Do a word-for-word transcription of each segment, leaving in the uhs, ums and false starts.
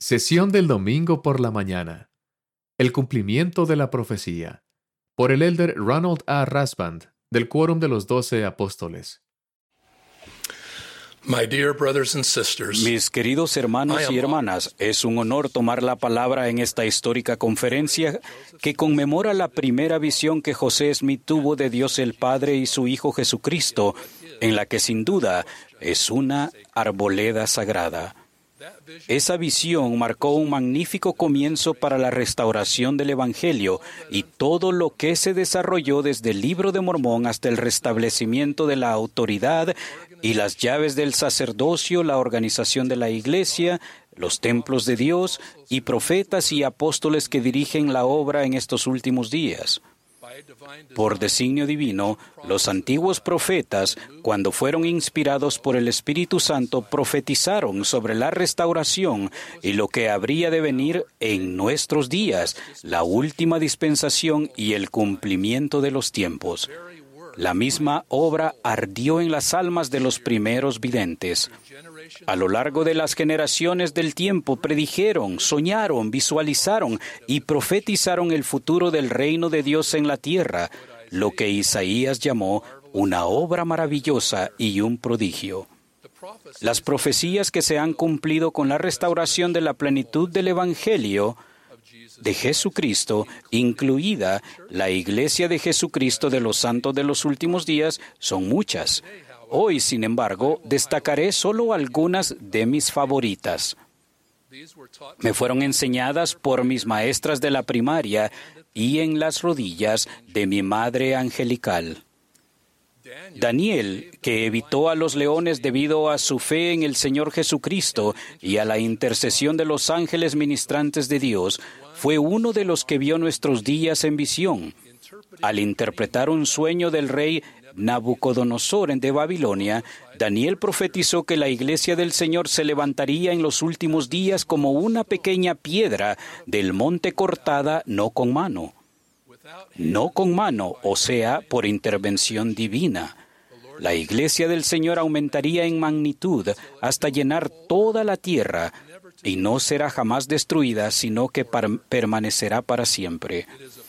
Sesión del domingo por la mañana. El cumplimiento de la profecía. Por el elder Ronald A. Rasband, del Quórum de los Doce Apóstoles. My dear brothers and sisters, Mis queridos hermanos y hermanas, es un honor tomar la palabra en esta histórica conferencia que conmemora la primera visión que José Smith tuvo de Dios el Padre y su Hijo Jesucristo, en la que sin duda es una arboleda sagrada. Esa visión marcó un magnífico comienzo para la restauración del Evangelio y todo lo que se desarrolló desde el Libro de Mormón hasta el restablecimiento de la autoridad y las llaves del sacerdocio, la organización de la Iglesia, los templos de Dios y profetas y apóstoles que dirigen la obra en estos últimos días. Por designio divino, los antiguos profetas, cuando fueron inspirados por el Espíritu Santo, profetizaron sobre la restauración y lo que habría de venir en nuestros días, la última dispensación y el cumplimiento de los tiempos. La misma obra ardió en las almas de los primeros videntes. A lo largo de las generaciones del tiempo predijeron, soñaron, visualizaron y profetizaron el futuro del reino de Dios en la tierra, lo que Isaías llamó una obra maravillosa y un prodigio. Las profecías que se han cumplido con la restauración de la plenitud del Evangelio de Jesucristo, incluida la Iglesia de Jesucristo de los Santos de los Últimos Días, son muchas. Hoy, sin embargo, destacaré solo algunas de mis favoritas. Me fueron enseñadas por mis maestras de la primaria y en las rodillas de mi madre angelical. Daniel, que evitó a los leones debido a su fe en el Señor Jesucristo y a la intercesión de los ángeles ministrantes de Dios, fue uno de los que vio nuestros días en visión. Al interpretar un sueño del rey Nabucodonosor de Babilonia, Daniel profetizó que la iglesia del Señor se levantaría en los últimos días como una pequeña piedra del monte cortada no con mano. No con mano, o sea, por intervención divina. La iglesia del Señor aumentaría en magnitud hasta llenar toda la tierra y no será jamás destruida, sino que par- permanecerá para siempre.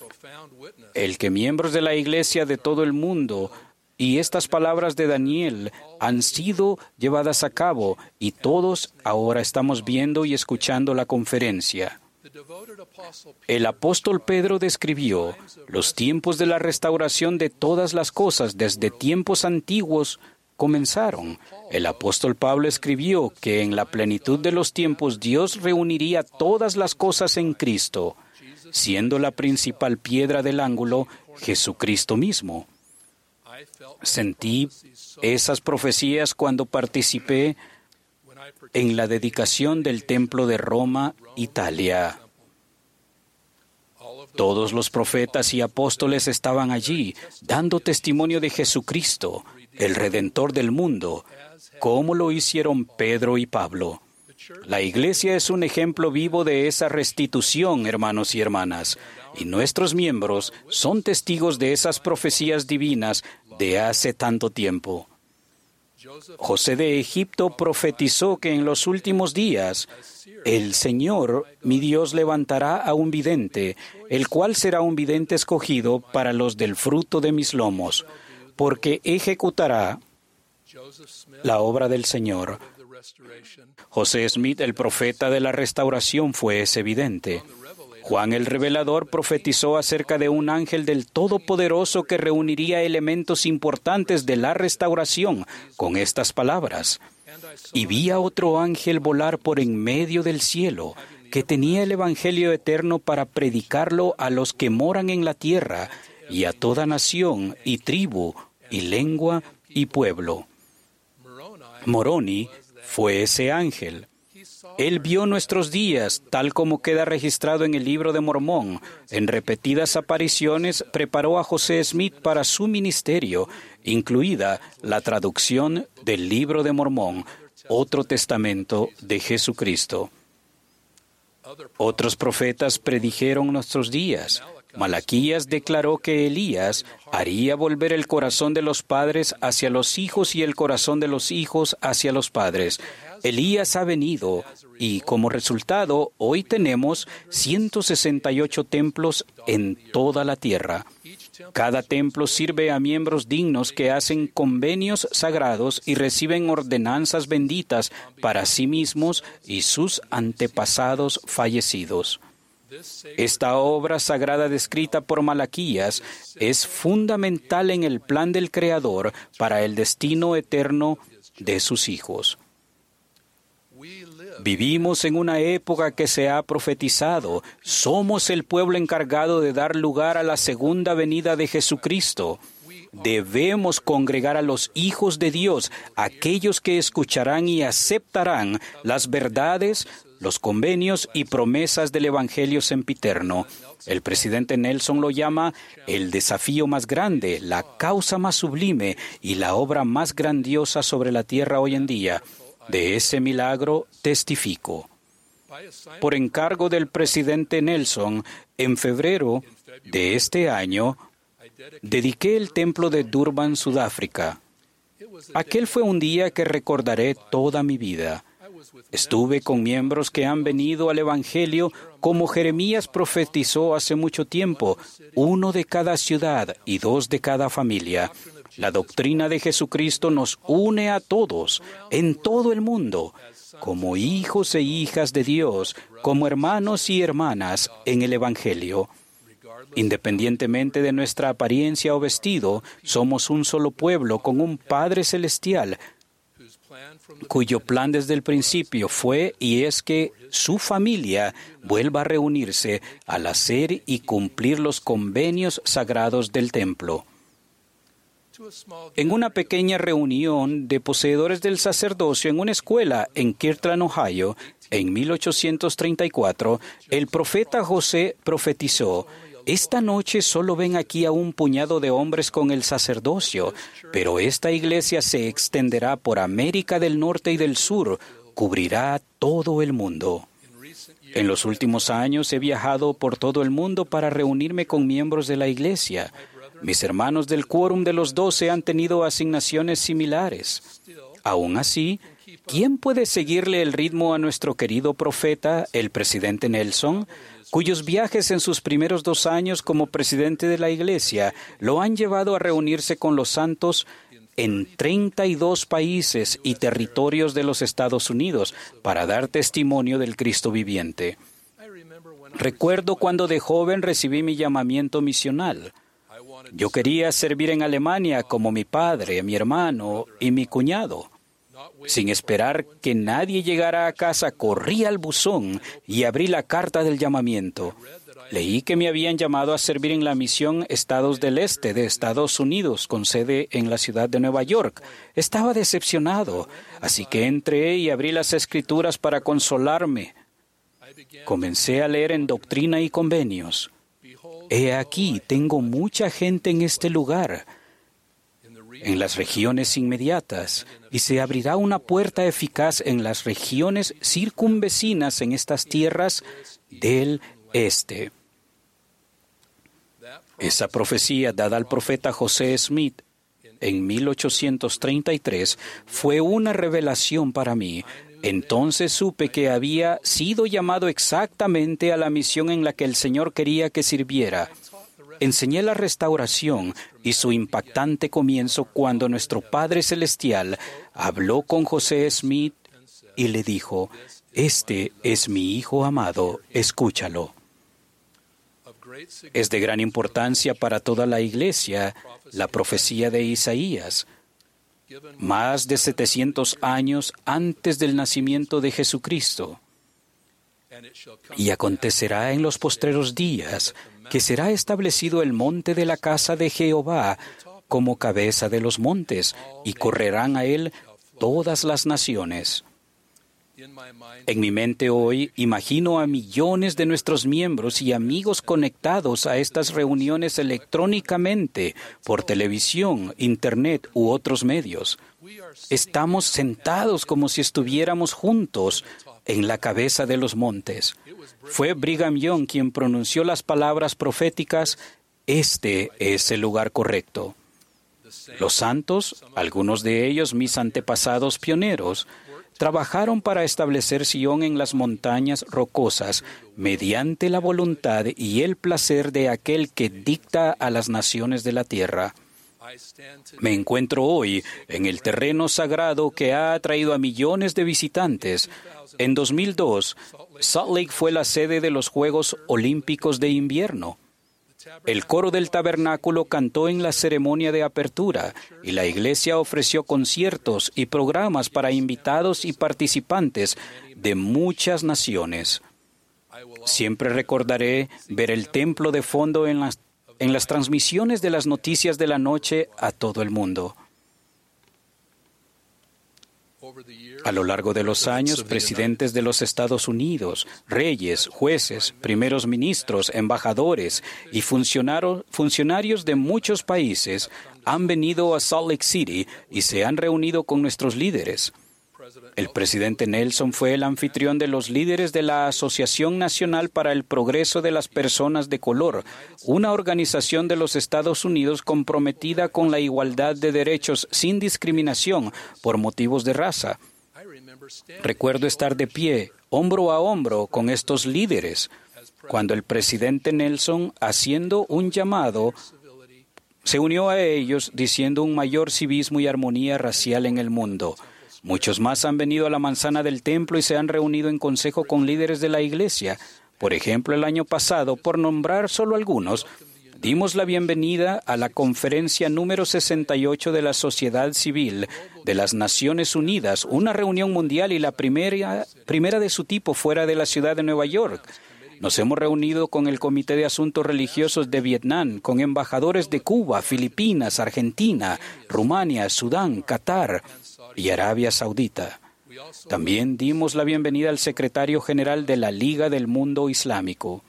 El que miembros de la iglesia de todo el mundo y estas palabras de Daniel han sido llevadas a cabo y todos ahora estamos viendo y escuchando la conferencia. El apóstol Pedro describió los tiempos de la restauración de todas las cosas desde tiempos antiguos comenzaron. El apóstol Pablo escribió que en la plenitud de los tiempos Dios reuniría todas las cosas en Cristo, siendo la principal piedra del ángulo Jesucristo mismo. Sentí esas profecías cuando participé en la dedicación del Templo de Roma, Italia. Todos los profetas y apóstoles estaban allí, dando testimonio de Jesucristo, el Redentor del mundo, como lo hicieron Pedro y Pablo. La Iglesia es un ejemplo vivo de esa restitución, hermanos y hermanas, y nuestros miembros son testigos de esas profecías divinas de hace tanto tiempo. José de Egipto profetizó que en los últimos días el Señor, mi Dios, levantará a un vidente, el cual será un vidente escogido para los del fruto de mis lomos, porque ejecutará la obra del Señor. José Smith, el profeta de la restauración, fue ese vidente. Juan el Revelador profetizó acerca de un ángel del Todopoderoso que reuniría elementos importantes de la restauración con estas palabras. Y vi a otro ángel volar por en medio del cielo, que tenía el Evangelio eterno para predicarlo a los que moran en la tierra, y a toda nación, y tribu, y lengua, y pueblo. Moroni fue ese ángel. Él vio nuestros días, tal como queda registrado en el Libro de Mormón. En repetidas apariciones preparó a José Smith para su ministerio, incluida la traducción del Libro de Mormón, otro testamento de Jesucristo. Otros profetas predijeron nuestros días. Malaquías declaró que Elías haría volver el corazón de los padres hacia los hijos y el corazón de los hijos hacia los padres. Elías ha venido y como resultado hoy tenemos ciento sesenta y ocho templos en toda la tierra. Cada templo sirve a miembros dignos que hacen convenios sagrados y reciben ordenanzas benditas para sí mismos y sus antepasados fallecidos. Esta obra sagrada descrita por Malaquías es fundamental en el plan del Creador para el destino eterno de sus hijos. Vivimos en una época que se ha profetizado. Somos el pueblo encargado de dar lugar a la segunda venida de Jesucristo. Debemos congregar a los hijos de Dios, aquellos que escucharán y aceptarán las verdades, los convenios y promesas del Evangelio sempiterno. El presidente Nelson lo llama el desafío más grande, la causa más sublime y la obra más grandiosa sobre la tierra hoy en día. De ese milagro testifico. Por encargo del presidente Nelson, en febrero de este año, dediqué el templo de Durban, Sudáfrica. Aquel fue un día que recordaré toda mi vida. Estuve con miembros que han venido al Evangelio como Jeremías profetizó hace mucho tiempo, uno de cada ciudad y dos de cada familia. La doctrina de Jesucristo nos une a todos, en todo el mundo, como hijos e hijas de Dios, como hermanos y hermanas en el Evangelio. Independientemente de nuestra apariencia o vestido, somos un solo pueblo con un Padre Celestial, cuyo plan desde el principio fue y es que su familia vuelva a reunirse al hacer y cumplir los convenios sagrados del templo. En una pequeña reunión de poseedores del sacerdocio en una escuela en Kirtland, Ohio, en mil ochocientos treinta y cuatro, el profeta José profetizó: «Esta noche solo ven aquí a un puñado de hombres con el sacerdocio, pero esta iglesia se extenderá por América del Norte y del Sur, cubrirá todo el mundo». En los últimos años he viajado por todo el mundo para reunirme con miembros de la iglesia. Mis hermanos del Quórum de los Doce han tenido asignaciones similares. Aún así, ¿quién puede seguirle el ritmo a nuestro querido profeta, el presidente Nelson, cuyos viajes en sus primeros dos años como presidente de la Iglesia lo han llevado a reunirse con los santos en treinta y dos países y territorios de los Estados Unidos para dar testimonio del Cristo viviente? Recuerdo cuando de joven recibí mi llamamiento misional. Yo quería servir en Alemania como mi padre, mi hermano y mi cuñado. Sin esperar que nadie llegara a casa, corrí al buzón y abrí la carta del llamamiento. Leí que me habían llamado a servir en la misión Estados del Este de Estados Unidos, con sede en la ciudad de Nueva York. Estaba decepcionado, así que entré y abrí las Escrituras para consolarme. Comencé a leer en Doctrina y Convenios. He aquí, tengo mucha gente en este lugar, en las regiones inmediatas, y se abrirá una puerta eficaz en las regiones circunvecinas en estas tierras del este. Esa profecía dada al profeta José Smith en mil ochocientos treinta y tres fue una revelación para mí. Entonces supe que había sido llamado exactamente a la misión en la que el Señor quería que sirviera. Enseñé la restauración y su impactante comienzo cuando nuestro Padre Celestial habló con José Smith y le dijo: «Este es mi Hijo amado, escúchalo». Es de gran importancia para toda la Iglesia la profecía de Isaías. Más de setecientos años antes del nacimiento de Jesucristo. Y acontecerá en los postreros días que será establecido el monte de la casa de Jehová como cabeza de los montes, y correrán a él todas las naciones. En mi mente hoy imagino a millones de nuestros miembros y amigos conectados a estas reuniones electrónicamente, por televisión, internet u otros medios. Estamos sentados como si estuviéramos juntos en la cabeza de los montes. Fue Brigham Young quien pronunció las palabras proféticas: «Este es el lugar correcto». Los santos, algunos de ellos mis antepasados pioneros, trabajaron para establecer Sion en las montañas rocosas, mediante la voluntad y el placer de aquel que dicta a las naciones de la tierra. Me encuentro hoy en el terreno sagrado que ha atraído a millones de visitantes. En dos mil dos, Salt Lake fue la sede de los Juegos Olímpicos de Invierno. El coro del tabernáculo cantó en la ceremonia de apertura y la iglesia ofreció conciertos y programas para invitados y participantes de muchas naciones. Siempre recordaré ver el templo de fondo en las, en las transmisiones de las noticias de la noche a todo el mundo. A lo largo de los años, presidentes de los Estados Unidos, reyes, jueces, primeros ministros, embajadores y funcionarios de muchos países han venido a Salt Lake City y se han reunido con nuestros líderes. El presidente Nelson fue el anfitrión de los líderes de la Asociación Nacional para el Progreso de las Personas de Color, una organización de los Estados Unidos comprometida con la igualdad de derechos sin discriminación por motivos de raza. Recuerdo estar de pie, hombro a hombro, con estos líderes, cuando el presidente Nelson, haciendo un llamado, se unió a ellos diciendo un mayor civismo y armonía racial en el mundo. Muchos más han venido a la manzana del templo y se han reunido en consejo con líderes de la iglesia. Por ejemplo, el año pasado, por nombrar solo algunos, dimos la bienvenida a la conferencia número sesenta y ocho de la Sociedad Civil de las Naciones Unidas, una reunión mundial y la primera, primera de su tipo fuera de la ciudad de Nueva York. Nos hemos reunido con el Comité de Asuntos Religiosos de Vietnam, con embajadores de Cuba, Filipinas, Argentina, Rumania, Sudán, Qatar y Arabia Saudita. También dimos la bienvenida al secretario general de la Liga del Mundo Islámico.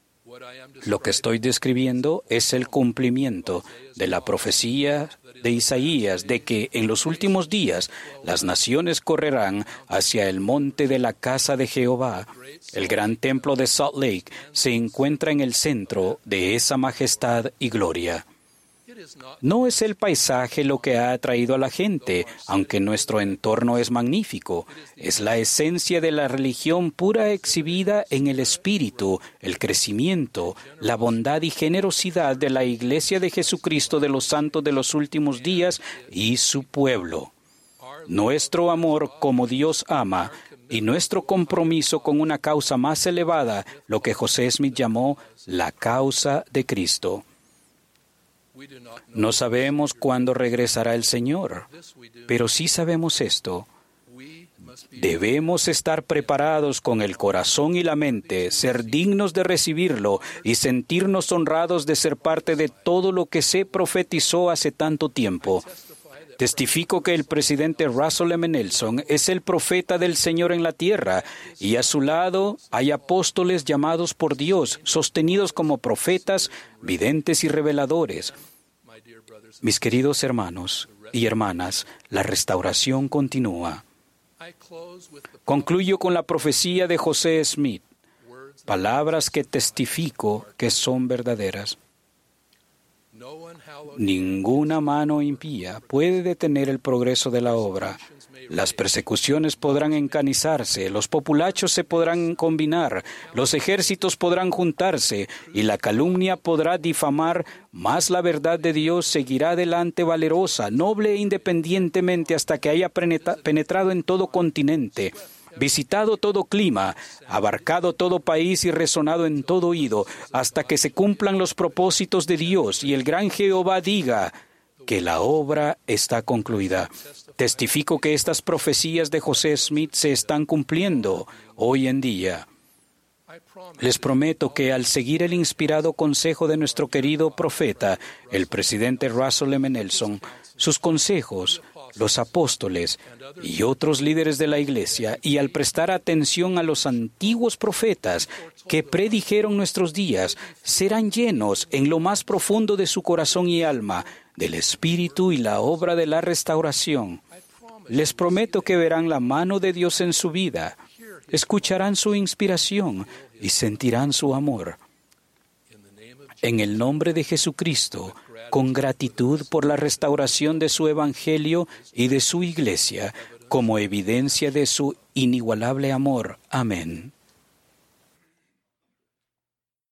Lo que estoy describiendo es el cumplimiento de la profecía de Isaías de que en los últimos días las naciones correrán hacia el monte de la casa de Jehová. El gran templo de Salt Lake se encuentra en el centro de esa majestad y gloria. No es el paisaje lo que ha atraído a la gente, aunque nuestro entorno es magnífico. Es la esencia de la religión pura exhibida en el espíritu, el crecimiento, la bondad y generosidad de la Iglesia de Jesucristo de los Santos de los Últimos Días y su pueblo. Nuestro amor como Dios ama y nuestro compromiso con una causa más elevada, lo que José Smith llamó la causa de Cristo. No sabemos cuándo regresará el Señor, pero sí sabemos esto. Debemos estar preparados con el corazón y la mente, ser dignos de recibirlo y sentirnos honrados de ser parte de todo lo que se profetizó hace tanto tiempo. Testifico que el presidente Russell M. Nelson es el profeta del Señor en la tierra y a su lado hay apóstoles llamados por Dios, sostenidos como profetas, videntes y reveladores. Mis queridos hermanos y hermanas, la restauración continúa. Concluyo con la profecía de José Smith, palabras que testifico que son verdaderas. Ninguna mano impía puede detener el progreso de la obra. Las persecuciones podrán encanizarse, los populachos se podrán combinar, los ejércitos podrán juntarse y la calumnia podrá difamar, mas la verdad de Dios seguirá adelante valerosa, noble e independientemente hasta que haya penetrado en todo continente, visitado todo clima, abarcado todo país y resonado en todo oído, hasta que se cumplan los propósitos de Dios y el gran Jehová diga que la obra está concluida. Testifico que estas profecías de José Smith se están cumpliendo hoy en día. Les prometo que al seguir el inspirado consejo de nuestro querido profeta, el presidente Russell M. Nelson, sus consejos, los apóstoles y otros líderes de la Iglesia, y al prestar atención a los antiguos profetas que predijeron nuestros días, serán llenos en lo más profundo de su corazón y alma del Espíritu y la obra de la restauración. Les prometo que verán la mano de Dios en su vida, escucharán su inspiración y sentirán su amor. En el nombre de Jesucristo, con gratitud por la restauración de su Evangelio y de su Iglesia, como evidencia de su inigualable amor. Amén.